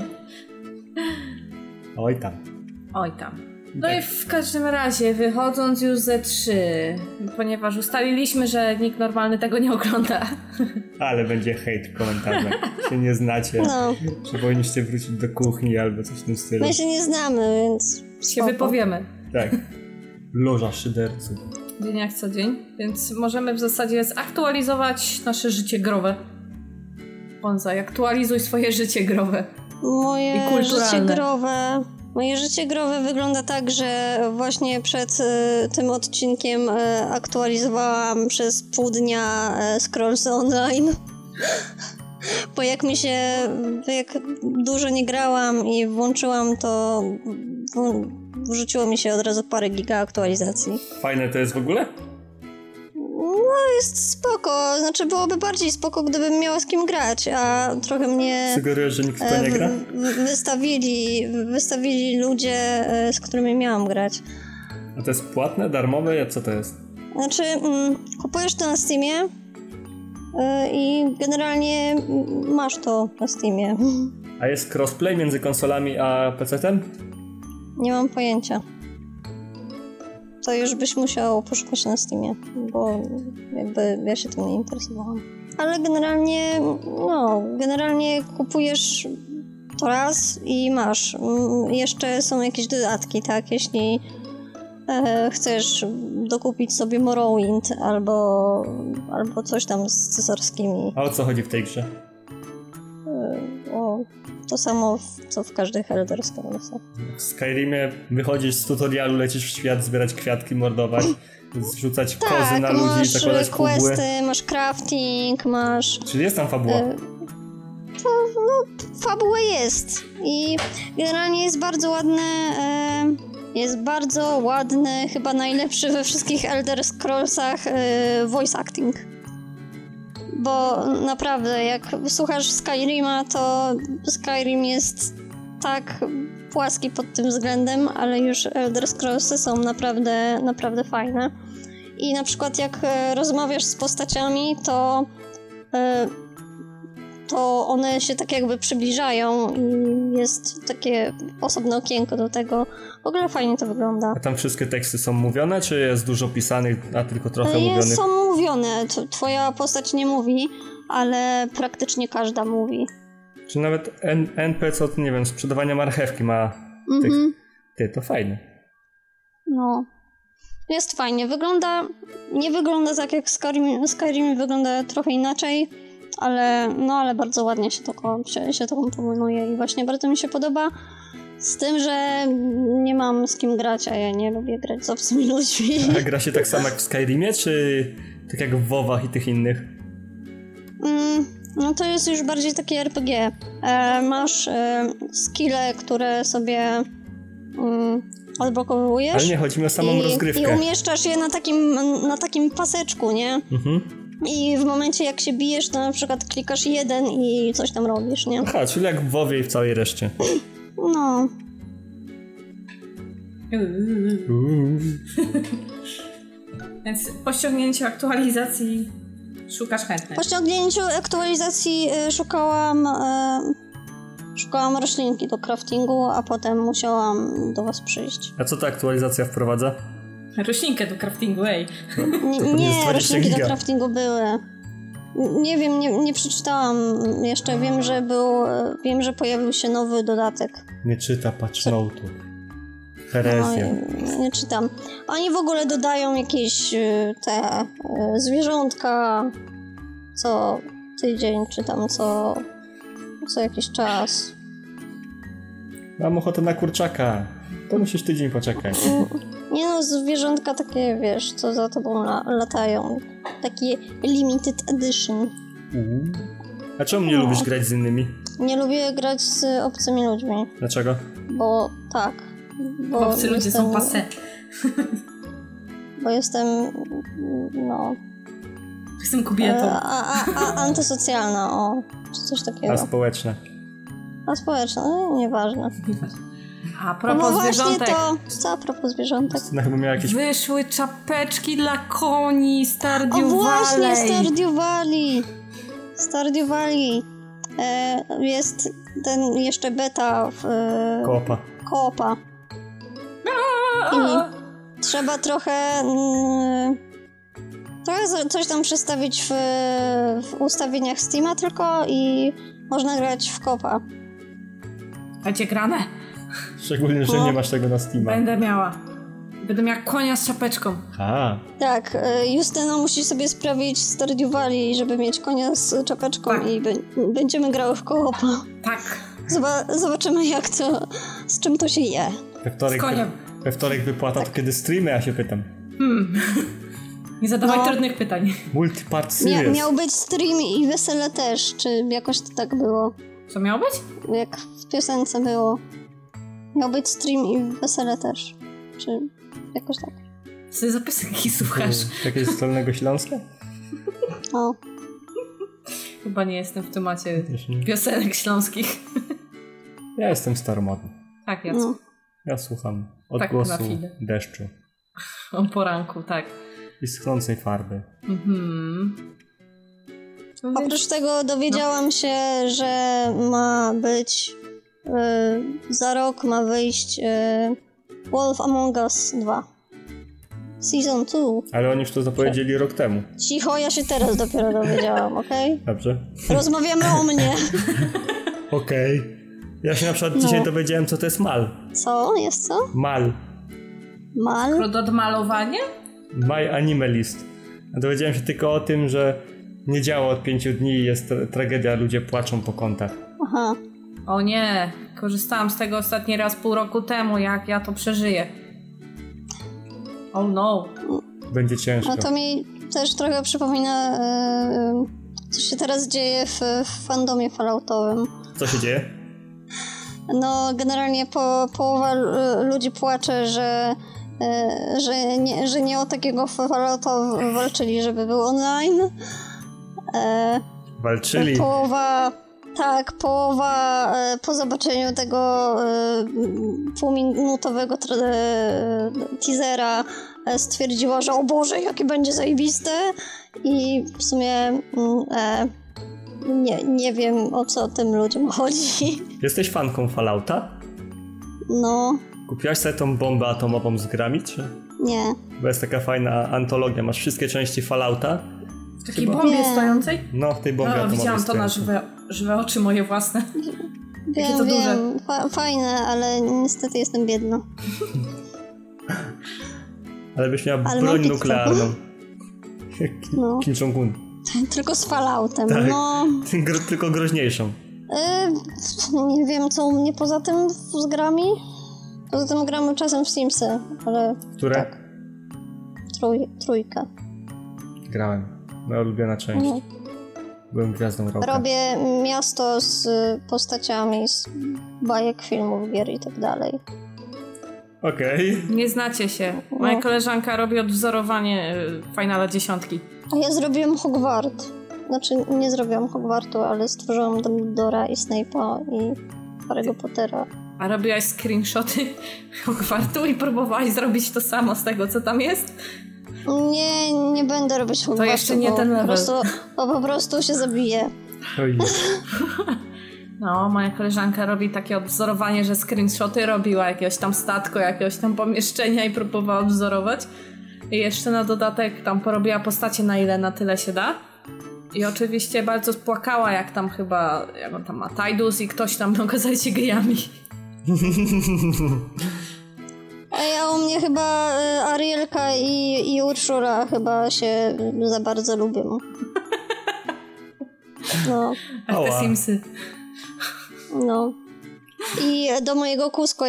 Oj tam. Oj tam. No i w każdym razie, wychodząc już ze 3, ponieważ ustaliliśmy, że nikt normalny tego nie ogląda. Ale będzie hejt w komentarzach. Się nie znacie. No. Że powinniście wrócić do kuchni albo coś w tym stylu. My się nie znamy, więc... Się spoko. wypowiemy. Tak. Loża szyderców. Dzień jak co dzień, więc możemy w zasadzie zaktualizować nasze życie growe. Bonsai, aktualizuj swoje życie growe. Moje I kulturalne. Moje życie growe wygląda tak, że właśnie przed tym odcinkiem aktualizowałam przez pół dnia Scrolls Online. Bo jak dużo nie grałam i włączyłam, to wrzuciło mi się od razu parę giga aktualizacji. Fajne to jest w ogóle? No jest spoko, znaczy byłoby bardziej spoko, gdybym miała z kim grać, a trochę mnie... Sugerujesz, że nikt w to nie gra? Wystawili ludzie, z którymi miałam grać. A to jest płatne, darmowe? Co to jest? Znaczy, kupujesz to na Steamie i generalnie masz to na Steamie. A jest crossplay między konsolami a PC-tem? Nie mam pojęcia. To już byś musiał poszukać na Steamie, bo jakby ja się tym nie interesowałam. Ale generalnie kupujesz to raz i masz. Jeszcze są jakieś dodatki, tak? Jeśli chcesz dokupić sobie Morrowind albo coś tam z cesarskimi. A o co chodzi w tej grze? To to samo, co w każdych Elder Scrollsach. W Skyrimie wychodzisz z tutorialu, lecisz w świat, zbierać kwiatki, mordować, zrzucać kozy na ludzi, zakładać kubły. Masz questy, masz crafting, masz... Czyli jest tam fabuła. Fabuła jest. I generalnie jest bardzo ładne... Jest bardzo ładny, chyba najlepszy we wszystkich Elder Scrollsach voice acting. Bo naprawdę, jak słuchasz Skyrima, to Skyrim jest tak płaski pod tym względem, ale już Elder Scrollsy są naprawdę, naprawdę fajne. I na przykład jak rozmawiasz z postaciami, to one się tak jakby przybliżają i jest takie osobne okienko do tego. W ogóle fajnie to wygląda. A tam wszystkie teksty są mówione, czy jest dużo pisanych, a tylko trochę mówionych? Są mówione. Twoja postać nie mówi, ale praktycznie każda mówi. Czy nawet NPC od, nie wiem, sprzedawania marchewki ma Ty, to fajne. No. Jest fajnie. Nie wygląda tak jak Skyrim wygląda trochę inaczej, ale bardzo ładnie się to komponuje i właśnie bardzo mi się podoba. Z tym, że nie mam z kim grać, a ja nie lubię grać z obcymi ludźmi. A gra się tak samo jak w Skyrimie, czy tak jak w WoWach i tych innych? No to jest już bardziej takie RPG. Masz skille, które sobie odblokowujesz. Ale nie, chodzi mi o samą rozgrywkę. I umieszczasz je na takim paseczku, nie? I w momencie jak się bijesz, to na przykład klikasz 1 i coś tam robisz, nie? Aha, czyli jak w WoWie i w całej reszcie. No. Więc po ściągnięciu aktualizacji szukasz chętnych. Po ściągnięciu aktualizacji szukałam roślinki do craftingu, a potem musiałam do was przyjść. A co ta aktualizacja wprowadza? Roślinkę do craftingu, ej. Nie, roślinki do craftingu były. Nie wiem, nie przeczytałam jeszcze. Wiem, że pojawił się nowy dodatek. Nie czyta patch note'u. Herezja. No, nie czytam. Oni w ogóle dodają jakieś te zwierzątka co tydzień, czy tam co jakiś czas. Mam ochotę na kurczaka. To musisz tydzień poczekać. Nie no, zwierzątka takie, wiesz, co za tobą latają. Takie limited edition. A czemu nie lubisz grać z innymi? Nie lubię grać z obcymi ludźmi. Dlaczego? Bo tak. Bo obcy ludzie są passé. Bo jestem, no... Jestem kobietą. Antysocjalna, czy coś takiego. A społeczna? A społeczna, no nieważne. A propos zwierzątek. Co a propos zwierzątek? No, chyba miała jakieś... Wyszły czapeczki dla koni Stardew Valley. O właśnie, Stardew Valley. Jest ten jeszcze beta w... Koopa. I trzeba trochę coś tam przestawić w ustawieniach Steama tylko i można grać w koopa. Będzie grane? Szczególnie, że nie masz tego na Steama. Będę miała konia z czapeczką. Tak, Justyna musi sobie sprawić Stardew Valley, żeby mieć konia z czapeczką i będziemy grały w koopa. Tak. Zobaczymy z czym to się je. Z koniem. We wtorek wypłata, to kiedy streamy, ja się pytam. Nie zadawaj trudnych pytań. Multipart series. Miał być stream i wesele też, czy jakoś to tak było? Co miało być? Jak w piosence było. Miał być stream i wesele też. Czy jakoś tak. Co ty za piosenki słuchasz? Jakieś z Dolnego Śląska? O. Chyba nie jestem w temacie piosenek śląskich. Ja jestem staromodny. Tak, Jacku. Ja słucham odgłosu deszczu. O poranku, tak. I schnącej farby. Oprócz tego dowiedziałam się, że ma być za rok ma wyjść Wolf Among Us 2. Season 2. Ale oni już to zapowiedzieli rok temu. Cicho, ja się teraz dopiero dowiedziałam, okej? Dobrze. Rozmawiamy o mnie. Okej. Ja się na przykład dzisiaj dowiedziałem, co to jest mal. Co? Jest co? Mal. Mal? Od malowania? My Animalist. A dowiedziałem się tylko o tym, że nie działa od 5 dni i jest tragedia, ludzie płaczą po kątach. Aha. O nie, korzystałam z tego ostatni raz pół roku temu, jak ja to przeżyję. Oh no. Będzie ciężko. A to mi też trochę przypomina, co się teraz dzieje w fandomie falloutowym. Co się dzieje? No, generalnie połowa ludzi płacze, że nie o takiego Fallouta walczyli, żeby był online. Walczyli. Połowa po zobaczeniu tego półminutowego teasera stwierdziła, że o Boże, jakie będzie zajebiste. I w sumie nie wiem, o co tym ludziom chodzi. Jesteś fanką Fallouta? No, Kupiłaś sobie tą bombę atomową z grami, czy? nie. Bo jest taka fajna antologia, masz wszystkie części Fallouta. W takiej bombie stojącej? No, w tej bombie atomowej widziałam to na stojącej. żywe oczy moje własne. Jakie to duże. Wiem, fajne, ale niestety jestem biedna. Ale byś miała Ale broń mam nuklearną. No. Kim Jong-un. Tylko z Falloutem, Tak. no. Tylko groźniejszą. Nie wiem, co u mnie poza tym z grami. Poza tym gramy czasem w Simsy, ale Które? tak. Trójka. Grałem. Moja ulubiona część. No. Byłem gwiazdą roku. Robię miasto z postaciami z bajek, filmów, gier i tak dalej. Okej. Nie znacie się. Moja koleżanka robi odwzorowanie Finala 10. A ja zrobiłam Hogwart. Znaczy, nie zrobiłam Hogwartu, ale stworzyłam Dumbledora i Snape'a i Harry'ego Pottera. A robiłaś screenshoty Hogwartu i próbowałaś zrobić to samo z tego, co tam jest? Nie będę robić Hogwartu. jeszcze nie ten level. Po prostu się zabiję. Oj. No, moja koleżanka robi takie odwzorowanie, że screenshoty robiła jakiegoś tam statku, jakiegoś tam pomieszczenia i próbowała odwzorować. I jeszcze na dodatek tam porobiła postacie na tyle się da. I oczywiście bardzo spłakała, jak tam chyba, jak on tam ma, Tidus i ktoś tam okazali się gejami. A u mnie chyba Arielka i Urszula chyba się za bardzo lubią. No, Jak te Simsy. no. I do mojego Cusco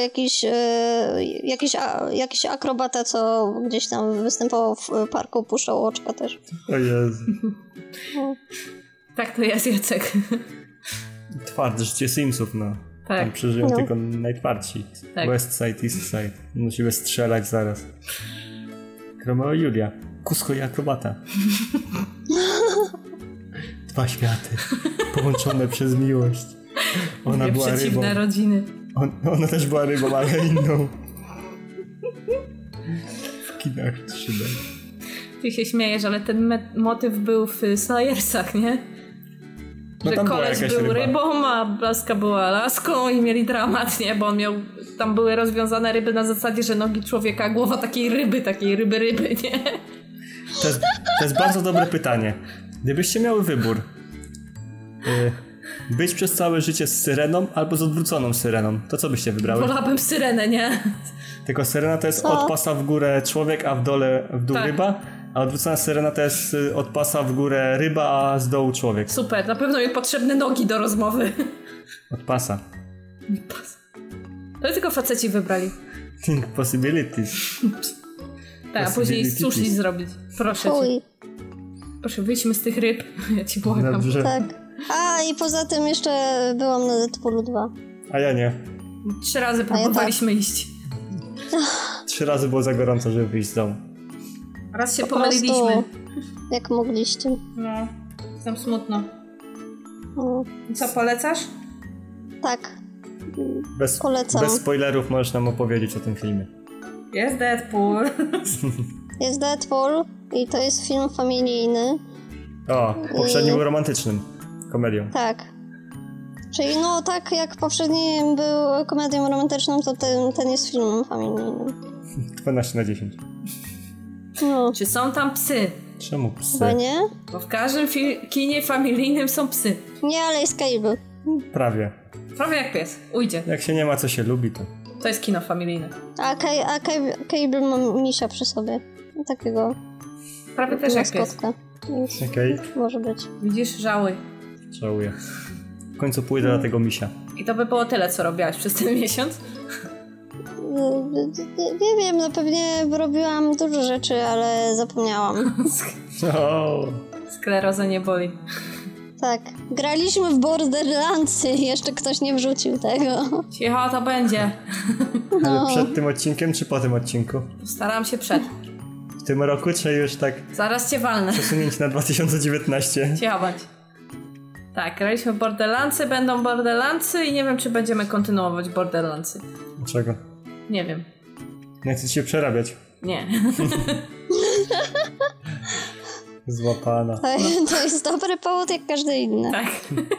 jakiś akrobata, co gdzieś tam występował w parku, puszczał oczka też. O Jezu. Tak to jest, Jacek. Twarde życie Simsów, no. Tak. Tam przeżyją No. tylko najtwardsi. Tak. West Side, East Side. Musimy strzelać zaraz. Romeo i Julia. Cusco i akrobata. Dwa światy. Połączone przez miłość. Ona Dwie była rybą. przeciwne rodziny. Ona też była rybą, ale inną. W kinach 3D. Ty się śmiejesz, ale ten motyw był w Slayersach, nie? No Że tam była koleś jakaś był ryba. rybą, a Blaska była laską i mieli dramat, nie? Bo on miał... Tam były rozwiązane ryby na zasadzie, że nogi człowieka, a głowa takiej ryby, nie? To jest bardzo dobre pytanie. Gdybyście miały wybór, być przez całe życie z syreną albo z odwróconą syreną, to co byście wybrały? Wolałabym syrenę, nie? Tylko syrena to jest Co? od pasa w górę człowiek, a w dół Tak. ryba, a odwrócona syrena to jest od pasa w górę ryba, a z dołu człowiek. Super, na pewno mi potrzebne nogi do rozmowy. Od pasa. To tylko faceci wybrali. Think possibilities. Tak, a później sushi zrobić. Proszę cię. Fuj, Proszę, wyjdźmy z tych ryb. Ja ci błagam. Dobrze. tak. A i poza tym jeszcze byłam na Deadpoolu 2. A ja nie. 3 razy próbowaliśmy iść. 3 razy było za gorąco, żeby wyjść z domu. Raz się Po prostu pomyliliśmy. jak mogliście. No, jestem smutno. No, I co, polecasz? tak, Bez polecam. spoilerów możesz nam opowiedzieć o tym filmie. Jest Deadpool. Jest Deadpool i to jest film familijny. O, poprzedni był romantycznym. Komedią. Tak. Czyli no tak jak poprzedni był komedią romantyczną, to ten jest filmem familijnym. 12/10. No, Czy są tam psy? Czemu psy? chyba nie? Bo w każdym kinie familijnym są psy. Nie, ale jest Cable. Prawie. Prawie jak pies. Ujdzie. Jak się nie ma, co się lubi, to... To jest kino familijne. A Cable ma misia przy sobie. Takiego Prawie też jak pies. maskotka. Więc Okej. może być. Widzisz? Żałuj. Żałuję. W końcu pójdę do tego misia. I to by było tyle, co robiłaś przez ten miesiąc? Nie wiem, no pewnie robiłam dużo rzeczy, ale zapomniałam. Skleroza nie boli. Tak, graliśmy w Borderlandsy, jeszcze ktoś nie wrzucił tego. Cicho, to będzie. Ale przed tym odcinkiem, czy po tym odcinku? Staram się przed. W tym roku, czy już tak Zaraz cię walnę. przesunięć na 2019? Cicho bądź. Tak, graliśmy w Borderlandsy, będą Borderlandsy i nie wiem, czy będziemy kontynuować Borderlandsy. Dlaczego? Nie wiem. Nie chcecie się przerabiać. Nie. Złapana. To jest dobry powód jak każdy inny. Tak.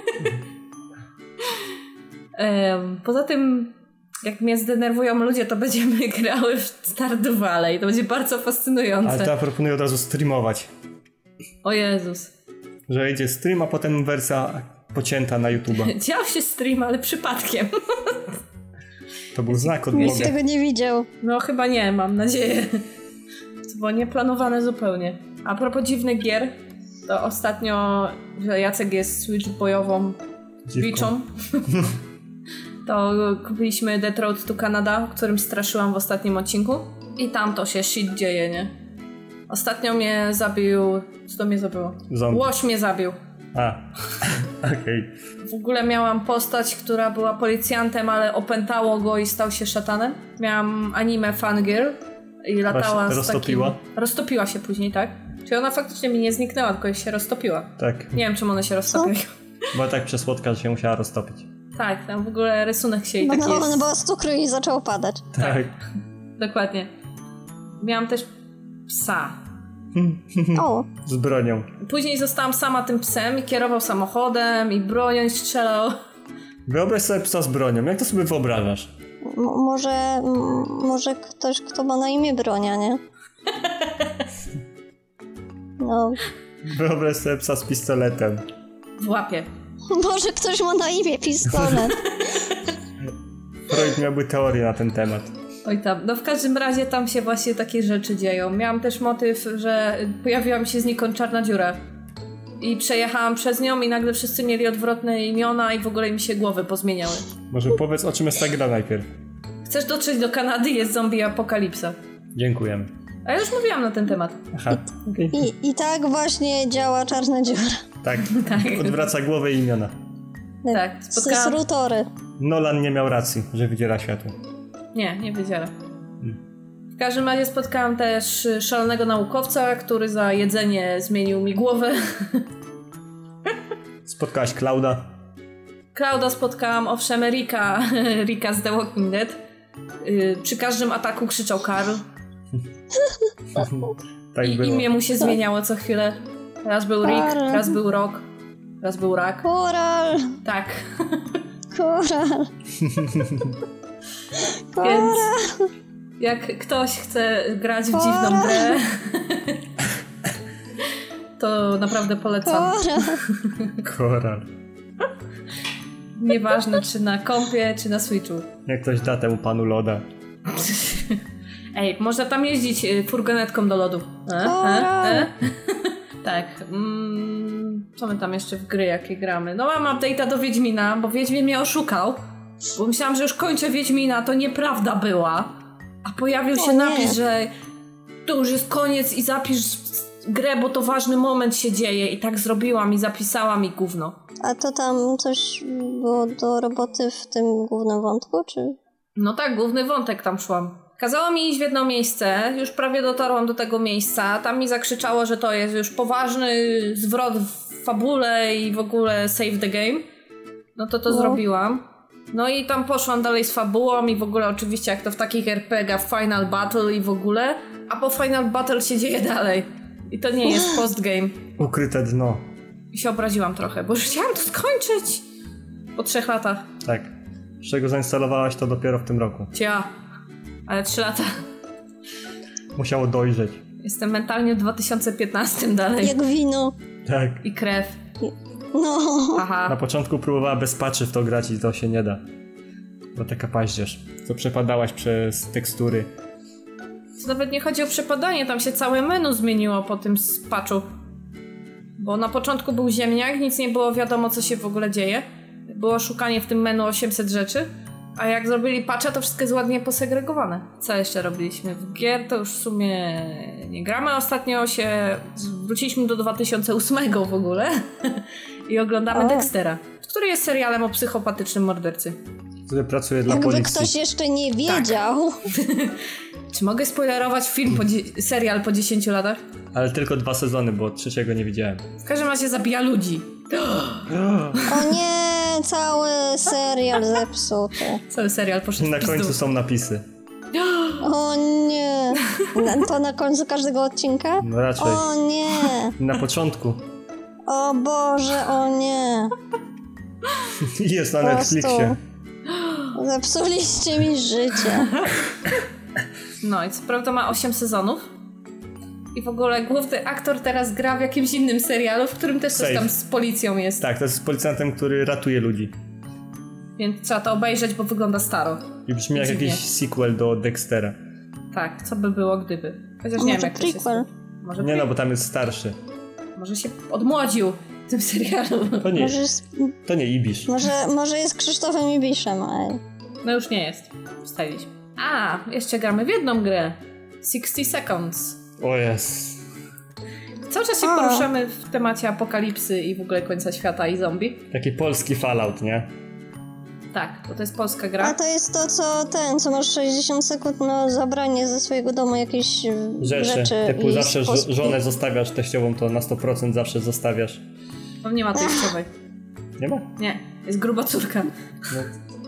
Poza tym, jak mnie zdenerwują ludzie, to będziemy grały w Stardew Valley. To będzie bardzo fascynujące. Ale to ja proponuję od razu streamować. O Jezus. Że idzie stream, a potem wersja pocięta na YouTube'a. Działo się stream, ale przypadkiem. To był znak od Nikt Boga. tego nie widział. No chyba nie, mam nadzieję. To było nieplanowane zupełnie. A propos dziwnych gier, to ostatnio, że Jacek jest Switch bojową wiczą, to kupiliśmy Death Road to Canada, o którym straszyłam w ostatnim odcinku. I tam to się shit dzieje, nie? Ostatnio mnie zabił... Co to mnie zabiło? Zombie. Łoś mnie zabił. A, okej. W ogóle miałam postać, która była policjantem, ale opętało go i stał się szatanem. Miałam anime fangirl i latała Właśnie, z roztopiła? takim... Roztopiła się później, tak? Czyli ona faktycznie mi nie zniknęła, tylko się roztopiła. Tak. Nie wiem, czym one się roztopiły. Bo tak przesłodka, że się musiała roztopić. Tak, tam w ogóle rysunek się i Bo taki jest. ona była z cukru i zaczęło padać. Tak. Dokładnie. Miałam też psa. O, Z bronią. Później zostałam sama tym psem i kierował samochodem i bronią i strzelał. Wyobraź sobie psa z bronią. Jak to sobie wyobrażasz? może ktoś, kto ma na imię Bronia, nie? No. Wyobraź sobie psa z pistoletem. W łapie. Może ktoś ma na imię pistolet. Freud miałby teorię na ten temat. Oj tam, no w każdym razie tam się właśnie takie rzeczy dzieją. Miałam też motyw, że pojawiła mi się znikąd czarna dziura. I przejechałam przez nią i nagle wszyscy mieli odwrotne imiona i w ogóle mi się głowy pozmieniały. Może powiedz, o czym jest ta gra najpierw. Chcesz dotrzeć do Kanady, jest zombie apokalipsa. Dziękujemy. A ja już mówiłam na ten temat. Aha. Okay. I tak właśnie działa czarna dziura. Tak. Tak. Odwraca głowę i imiona. Tak, spotkałam... Sesrutory. Nolan nie miał racji, że wydziela światło. Nie wiedziała. W każdym razie spotkałam też szalonego naukowca, który za jedzenie zmienił mi głowę. Spotkałaś Klauda. Klauda spotkałam, owszem, Rika z The Walking Dead. Przy każdym ataku krzyczał Karl. Tak I było. imię mu się zmieniało co chwilę. Raz był Rick, raz był Rock, raz był Rak. Koral! Tak. Koral! Więc jak ktoś chce grać w dziwną grę, to naprawdę polecam. Koral. Nieważne czy na kompie, czy na Switchu. Jak ktoś da temu panu loda. Ej, można tam jeździć furgonetką do lodów. Tak. Co my tam jeszcze w gry jakie gramy? No mam update'a do Wiedźmina, bo Wiedźmin mnie oszukał. Bo myślałam, że już kończę Wiedźmina, to nieprawda była. A pojawił się napis, że to już jest koniec i zapisz grę, bo to ważny moment się dzieje. I tak zrobiłam i zapisałam i gówno. A to tam coś było do roboty w tym głównym wątku, czy? No tak, główny wątek tam szłam. Kazało mi iść w jedno miejsce, już prawie dotarłam do tego miejsca, tam mi zakrzyczało, że to jest już poważny zwrot w fabule i w ogóle save the game. No to zrobiłam. No i tam poszłam dalej z fabułą i w ogóle oczywiście jak to w takich RPG-ach Final Battle i w ogóle, a po Final Battle się dzieje dalej. I to nie jest postgame. Ukryte dno. I się obraziłam trochę, bo już chciałam to skończyć. Po 3 latach. Tak. Z czego zainstalowałaś to dopiero w tym roku. Ale 3 lata. Musiało dojrzeć. Jestem mentalnie w 2015 dalej. Jak wino. Tak. I krew. No. Aha. Na początku próbowała bez patchy w to grać i to się nie da. Bo taka paździerz. Co przepadałaś przez tekstury. To nawet nie chodzi o przepadanie, tam się całe menu zmieniło po tym patchu. Bo na początku był ziemniak, nic nie było wiadomo co się w ogóle dzieje. było szukanie w tym menu 800 rzeczy, a jak zrobili patcha, to wszystko jest ładnie posegregowane. Co jeszcze robiliśmy? W gier to już w sumie nie gramy. Ostatnio wróciliśmy do 2008 w ogóle i oglądamy Dextera, który jest serialem o psychopatycznym mordercy. Który pracuje dla Jakby policji. ktoś jeszcze nie wiedział. Tak. Czy mogę spoilerować serial po 10 latach? Ale tylko 2 sezony, bo 3 nie widziałem. W każdym razie zabija ludzi. O nie, cały serial zepsuty. Cały serial poszedł Na w końcu pizdu. są napisy. O nie. To na końcu każdego odcinka? No raczej. O nie. Na początku. O Boże, o nie. Jest na Po prostu. Netflixie. Zepsuliście mi życie. No i co prawda ma 8 sezonów. I w ogóle główny aktor teraz gra w jakimś innym serialu, w którym też coś Safe. tam z policją jest. Tak, to jest policjantem, który ratuje ludzi. Więc trzeba to obejrzeć, bo wygląda staro. I brzmi jak Dziwnie. jakiś sequel do Dextera. Tak, co by było gdyby. Chociaż A nie może wiem jak to się prequel? Może, Nie no, bo tam jest starszy. może się odmłodził w tym serialu. To nie Ibisz. Może jest Krzysztofem Ibiszem, ej. No już nie jest. Wstaliśmy. A, jeszcze gramy w jedną grę. 60 Seconds. O jest. Cały czas się poruszamy w temacie apokalipsy i w ogóle końca świata i zombie. Taki polski Fallout, nie? Tak, bo to jest polska gra. A to jest to, co masz 60 sekund na zabranie ze swojego domu jakiejś rzeczy. Typu i zawsze żonę zostawiasz teściową, to na 100% zawsze zostawiasz. No nie ma teściowej. Nie ma? Nie, jest gruba córka. No.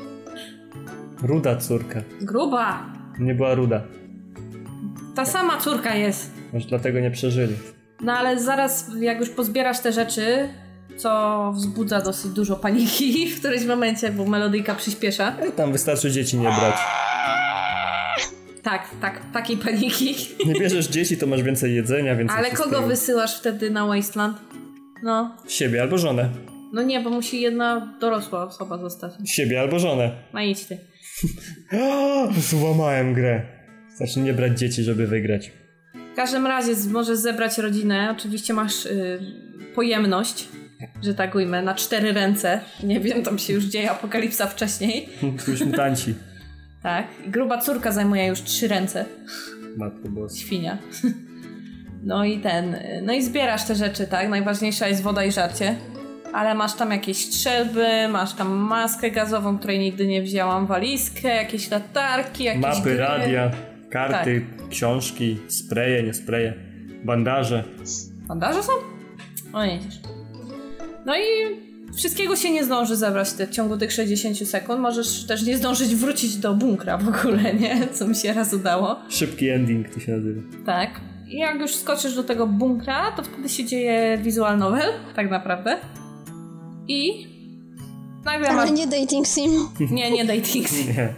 Ruda córka. Gruba! Nie była ruda. Ta sama córka jest. Może dlatego nie przeżyli. No ale zaraz, jak już pozbierasz te rzeczy, co wzbudza dosyć dużo paniki w którymś momencie, bo melodyjka przyspiesza. Tam wystarczy dzieci nie brać. Tak, takiej paniki. Nie bierzesz dzieci, to masz więcej jedzenia, więcej Ale wszystkiego. kogo wysyłasz wtedy na Wasteland? No. Siebie albo żonę. No nie, bo musi jedna dorosła osoba zostać. Siebie albo żonę. No idź ty. Złamałem grę. Znaczy nie brać dzieci, żeby wygrać. W każdym razie możesz zebrać rodzinę. Oczywiście masz pojemność, że tak ujmę, na 4 ręce. Nie wiem, tam się już dzieje apokalipsa wcześniej. Tu już mutanci. Tak. I gruba córka zajmuje już 3 ręce. Matko boska. Świnia. No i zbierasz te rzeczy, tak? Najważniejsza jest woda i żarcie. Ale masz tam jakieś strzelby, masz tam maskę gazową, której nigdy nie wzięłam, walizkę, jakieś latarki, jakieś Mapy, gry. radia, karty, książki, spreje, nie spreje, bandaże. Bandaże są? O nie, widzisz. No i wszystkiego się nie zdąży zebrać w ciągu tych 60 sekund. Możesz też nie zdążyć wrócić do bunkra w ogóle, nie? Co mi się raz udało. Szybki ending to się nazywa. Tak. I jak już skoczysz do tego bunkra, to wtedy się dzieje visual novel, tak naprawdę. I nagle Ale masz... nie dating sim. Nie dating sim. Nie.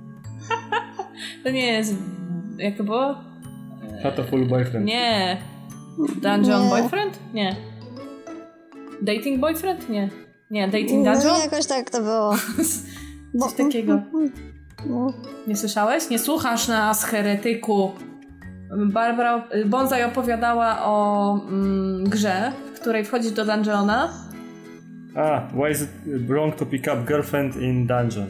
To nie jest... Jak to było? Hatoful boyfriend. Nie. Dungeon Nie. boyfriend? Nie. Dating boyfriend? Nie. Nie, dating No dungeon? jakoś tak to było. Coś takiego. No. Nie słyszałeś? Nie słuchasz nas, heretyku. Barbara Bonsai opowiadała o grze, w której wchodzisz do dungeona. Why is it wrong to pick up girlfriend in dungeon?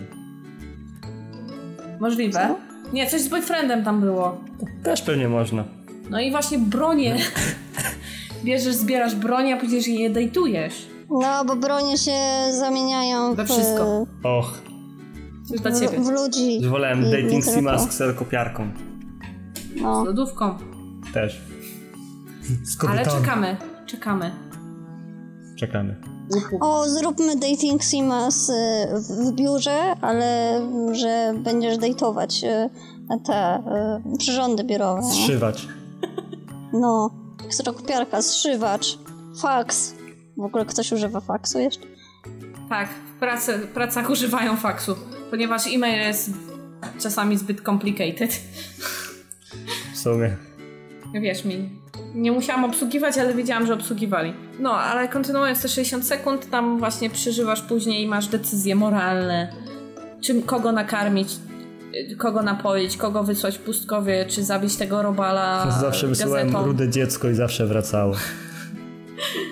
Możliwe. Nie, coś z boyfriendem tam było. Też pewnie można. No i właśnie bronie. Bierzesz, zbierasz broń, a później je dejtujesz. No, bo bronie się zamieniają We wszystko. Och, Coś dla ciebie. w ludzi. już wolałem I dating nie sima tylko. z kserokopiarką. No. Z lodówką. Też. Z Ale kobietami. czekamy. Czekamy. O, zróbmy dating sima w biurze, ale że będziesz dejtować te przyrządy biurowe. nie? Zszywać. No, kserokopiarka, zszywacz, faks. W ogóle ktoś używa faksu jeszcze? Tak, w pracach używają faksu, ponieważ e-mail jest czasami zbyt complicated. W sumie. Wierz mi, nie musiałam obsługiwać, ale wiedziałam, że obsługiwali. No, ale kontynuując te 60 sekund, tam właśnie przeżywasz później i masz decyzje moralne. Kogo nakarmić, kogo napoić, kogo wysłać w pustkowie, czy zabić tego robala Zawsze wysyłałem gazetą. rude dziecko i zawsze wracało.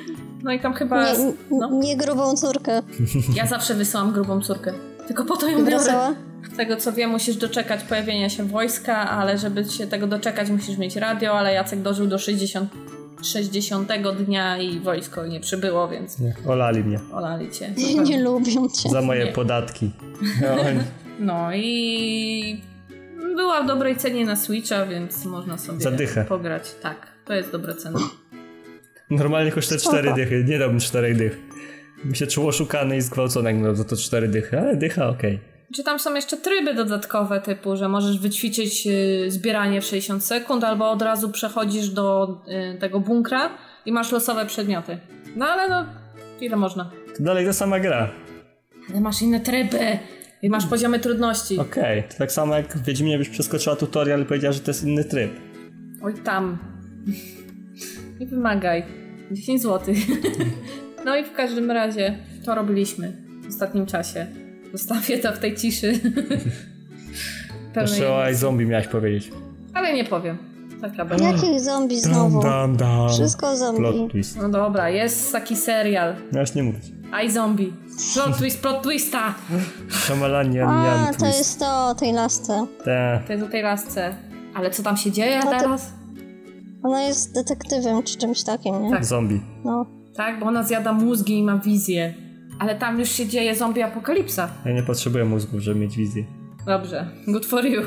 No i tam chyba... Nie grubą córkę. Ja zawsze wysyłam grubą córkę. Tylko po to ją biorę. Wracała? Z tego co wiem, musisz doczekać pojawienia się wojska, ale żeby się tego doczekać, musisz mieć radio, ale Jacek dożył do 60 dnia i wojsko nie przybyło, więc... Nie, olali mnie. Olali cię. Nie lubią cię. Za moje Nie. podatki. No i... Była w dobrej cenie na Switcha, więc można sobie Za dychę. pograć. Tak, to jest dobra cena. Normalnie kosztuje Spoko. 4 dychy, nie dałbym 4 dych. Mi się czuło szukany i zgwałcony, jak miał za to 4 dychy, ale dycha okej. Czy tam są jeszcze tryby dodatkowe typu, że możesz wyćwiczyć zbieranie w 60 sekund albo od razu przechodzisz do tego bunkra i masz losowe przedmioty. No ale no, ile można? To dalej ta sama gra. Ale masz inne tryby i masz poziomy trudności. Okej, to tak samo jak w Wiedźminie byś przeskoczyła tutorial i powiedziała, że to jest inny tryb. Oj tam. Nie wymagaj. 10 zł. No i w każdym razie to robiliśmy w ostatnim czasie. Zostawię to w tej ciszy. Jeszcze o iZombie miałaś powiedzieć. Ale nie powiem. Taka będzie. Jakich zombie znowu? Dam. Wszystko zombie. Plot twist. No dobra, jest taki serial. Miałaś nie mówić. iZombie. Plot twista. Szamalanian, A, Jan to twist. jest to o tej lasce. Te. To jest o tej lasce. Ale co tam się dzieje No to- teraz? Ona jest detektywem czy czymś takim, nie? Tak. Zombie. No. Tak, bo ona zjada mózgi i ma wizję. Ale tam już się dzieje zombie apokalipsa. Ja nie potrzebuję mózgu, żeby mieć wizję. Dobrze, good for you.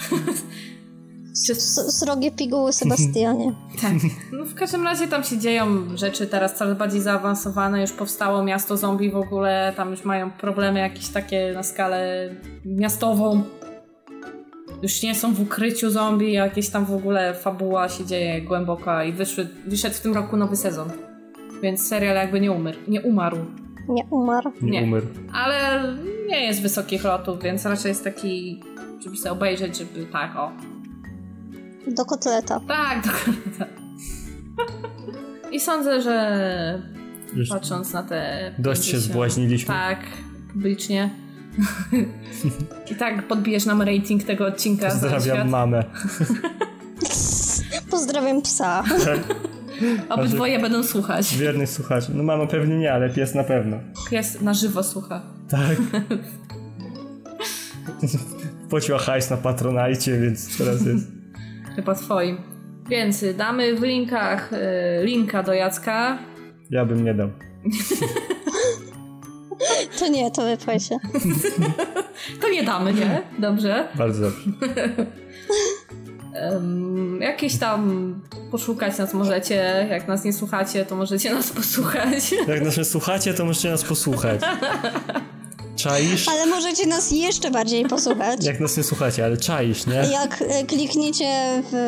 Srogie piguły Sebastianie. Tak. No w każdym razie tam się dzieją rzeczy teraz coraz bardziej zaawansowane. Już powstało miasto zombie w ogóle. Tam już mają problemy jakieś takie na skalę miastową. Już nie są w ukryciu zombie, jakieś tam w ogóle fabuła się dzieje głęboka i wyszedł w tym roku nowy sezon. Więc serial jakby nie umarł. Nie umarł. Nie umarł. Ale nie jest wysokich lotów, więc raczej jest taki, żeby sobie obejrzeć, żeby tak, o. Do kotleta. Tak, dokładnie. I sądzę, że Już patrząc na te... dość się 50 zbłaźniliśmy. Tak, publicznie. I tak podbijesz nam rating tego odcinka. za świat. Pozdrawiam mamę. Pozdrawiam psa. Obydwoje będą słuchać. Wiernych słuchaczy. No mama pewnie nie, ale pies na pewno. Pies na żywo słucha. Tak. Płaciła hajs na Patronajcie, więc teraz jest. Chyba twoim. Więc damy w linkach linka do Jacka. Ja bym nie dał. To nie, to wypchaj się. To nie damy, nie? Dobrze. Bardzo dobrze. Jakieś tam poszukać nas możecie. Jak nas nie słuchacie, to możecie nas posłuchać. Jak nas nie słuchacie, to możecie nas posłuchać. Czaisz? Ale możecie nas jeszcze bardziej posłuchać. Jak nas nie słuchacie, ale czaisz, nie? Jak klikniecie w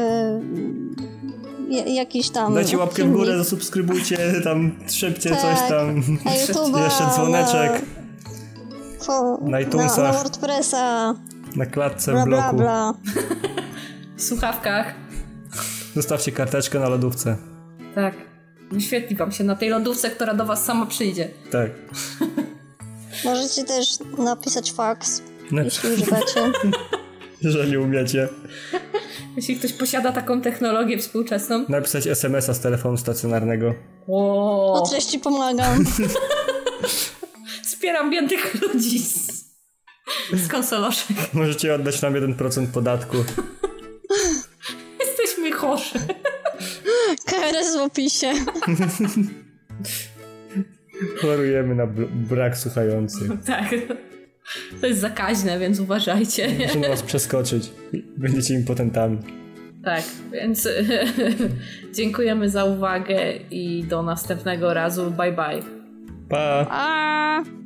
jakiś tam Dajcie łapkę w filmik górę, zasubskrybujcie, tam trzepcie Tak. coś tam. na YouTube'a, Jeszcze dzwoneczek na iTunesach. WordPressa, na klatce bla w bla bloku. bla. W słuchawkach. Zostawcie karteczkę na lodówce. Tak. Wyświetli wam się na tej lodówce, która do was sama przyjdzie. Tak. Możecie też napisać fax, No. jeśli używacie. Jeżeli umiecie. Jeśli ktoś posiada taką technologię współczesną. Napisać SMS-a z telefonu stacjonarnego. O treści pomagam. Wspieram biednych ludzi z konsoloszek. Możecie oddać nam 1% podatku. Jesteśmy chorzy. KRS w opisie. Chorujemy na brak słuchających. Tak. To jest zakaźne, więc uważajcie. Musimy was przeskoczyć. Będziecie impotentami. Tak, więc dziękujemy za uwagę i do następnego razu. Bye bye. Pa! A.